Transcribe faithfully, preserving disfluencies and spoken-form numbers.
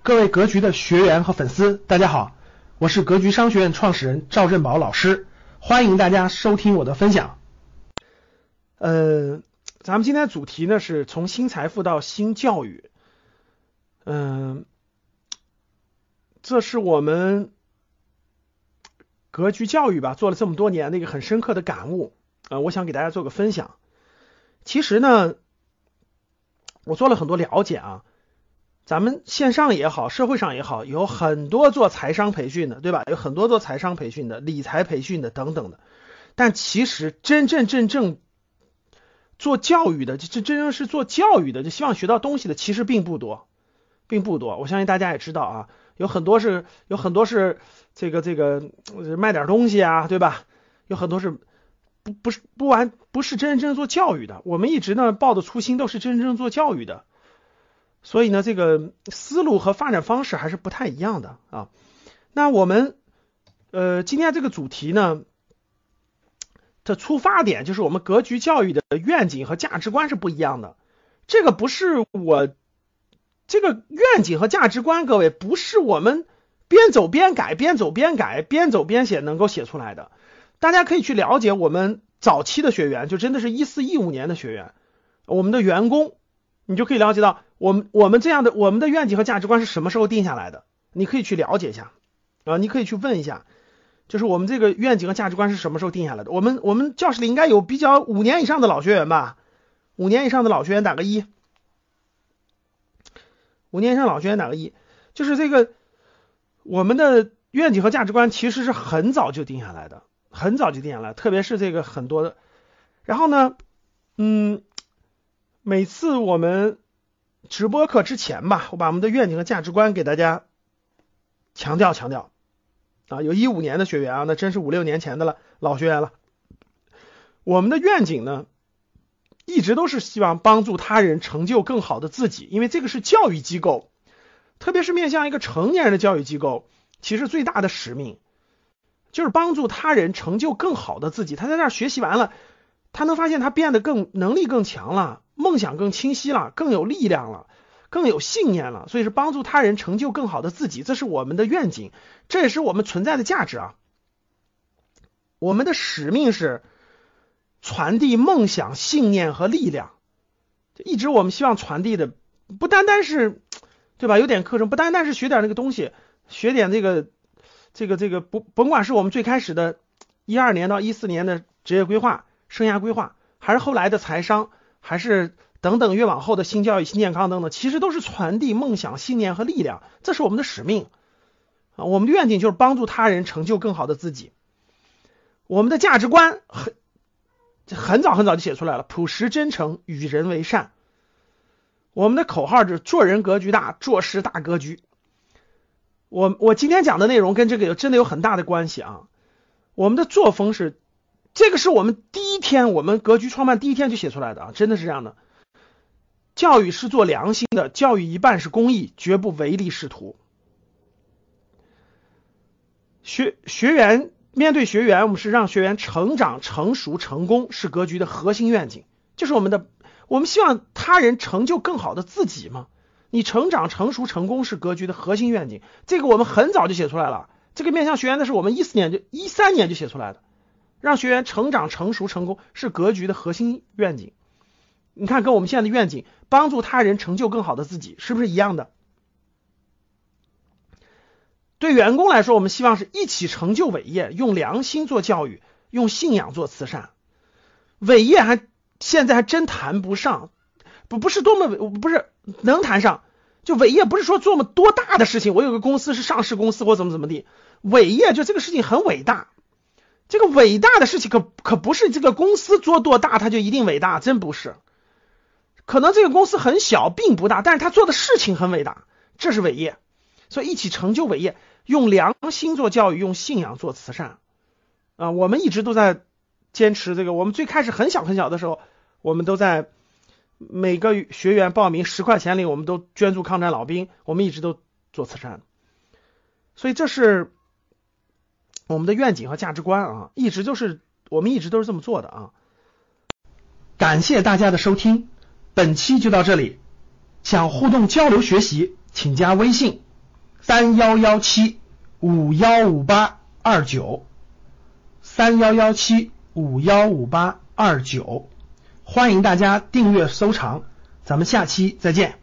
各位格局的学员和粉丝，大家好，我是格局商学院创始人赵振宝老师，欢迎大家收听我的分享。呃，咱们今天的主题呢是从新财富到新教育。嗯、呃，这是我们格局教育吧做了这么多年的一个很深刻的感悟啊、呃，我想给大家做个分享。其实呢，我做了很多了解啊。咱们线上也好，社会上也好，有很多做财商培训的，对吧？有很多做财商培训的、理财培训的等等的。但其实真正真正做教育的，这真正是做教育的，就希望学到东西的，其实并不多，并不多。我相信大家也知道啊，有很多是有很多是这个这个卖点东西啊，对吧？有很多是不不是不完不是真正做教育的。我们一直呢抱的初心都是真正做教育的。所以呢，这个思路和发展方式还是不太一样的啊。那我们呃今天这个主题呢，的出发点就是我们格局教育的愿景和价值观是不一样的。这个不是我这个愿景和价值观，各位不是我们边走边改、边走边改、边走边写能够写出来的。大家可以去了解我们早期的学员，就真的是一四一五年的学员，我们的员工。你就可以了解到我们我们这样的我们的愿景和价值观是什么时候定下来的，你可以去了解一下啊，你可以去问一下，就是我们这个愿景和价值观是什么时候定下来的。我们我们教室里应该有比较五年以上的老学员吧，五年以上的老学员打个一，五年以上老学员打个一，就是这个我们的愿景和价值观其实是很早就定下来的，很早就定下来，特别是这个很多的，然后呢，嗯。每次我们直播课之前吧，我把我们的愿景和价值观给大家强调强调啊，有一五年的学员啊，那真是五六年前的了，老学员了。我们的愿景呢，一直都是希望帮助他人成就更好的自己，因为这个是教育机构，特别是面向一个成年人的教育机构，其实最大的使命就是帮助他人成就更好的自己。他在那儿学习完了，他能发现他变得更能力更强了，梦想更清晰了，更有力量了，更有信念了，所以是帮助他人成就更好的自己，这是我们的愿景，这也是我们存在的价值啊。我们的使命是传递梦想、信念和力量，一直我们希望传递的不单单是，对吧？有点课程，不单单是学点那个东西，学点这个这个这个不甭管是我们最开始的一二年到一四年的职业规划、生涯规划，还是后来的财商，还是等等越往后的新教育、新健康等等，其实都是传递梦想、信念和力量，这是我们的使命啊。我们的愿景就是帮助他人成就更好的自己。我们的价值观很很早很早就写出来了，朴实真诚，与人为善。我们的口号就是做人格局大，做事大格局。我我今天讲的内容跟这个有真的有很大的关系啊。我们的作风是，这个是我们第一天我们格局创办第一天就写出来的啊，真的是这样的。教育是做良心的，教育一半是公益，绝不唯利是图。学学员面对学员，我们是让学员成长、成熟、成功，是格局的核心愿景，就是我们的，我们希望他人成就更好的自己嘛。你成长、成熟、成功是格局的核心愿景，这个我们很早就写出来了。这个面向学员的是我们一四年就一三年就写出来的。让学员成长、成熟、成功是格局的核心愿景。你看，跟我们现在的愿景帮助他人成就更好的自己是不是一样的？对员工来说，我们希望是一起成就伟业，用良心做教育，用信仰做慈善。伟业还现在还真谈不上，不不是多么不是能谈上，就伟业不是说做么多大的事情，我有个公司是上市公司或怎么怎么地，伟业就这个事情很伟大。这个伟大的事情可可不是这个公司做多大它就一定伟大，真不是。可能这个公司很小并不大，但是他做的事情很伟大，这是伟业。所以一起成就伟业，用良心做教育，用信仰做慈善啊！我们一直都在坚持这个。我们最开始很小很小的时候，我们都在每个学员报名十块钱里，我们都捐助抗战老兵，我们一直都做慈善。所以这是我们的愿景和价值观啊，一直就是我们一直都是这么做的啊。感谢大家的收听，本期就到这里。想互动交流学习，请加微信三幺幺七五幺五八二九，三幺幺七五幺五八二九，欢迎大家订阅收藏，咱们下期再见。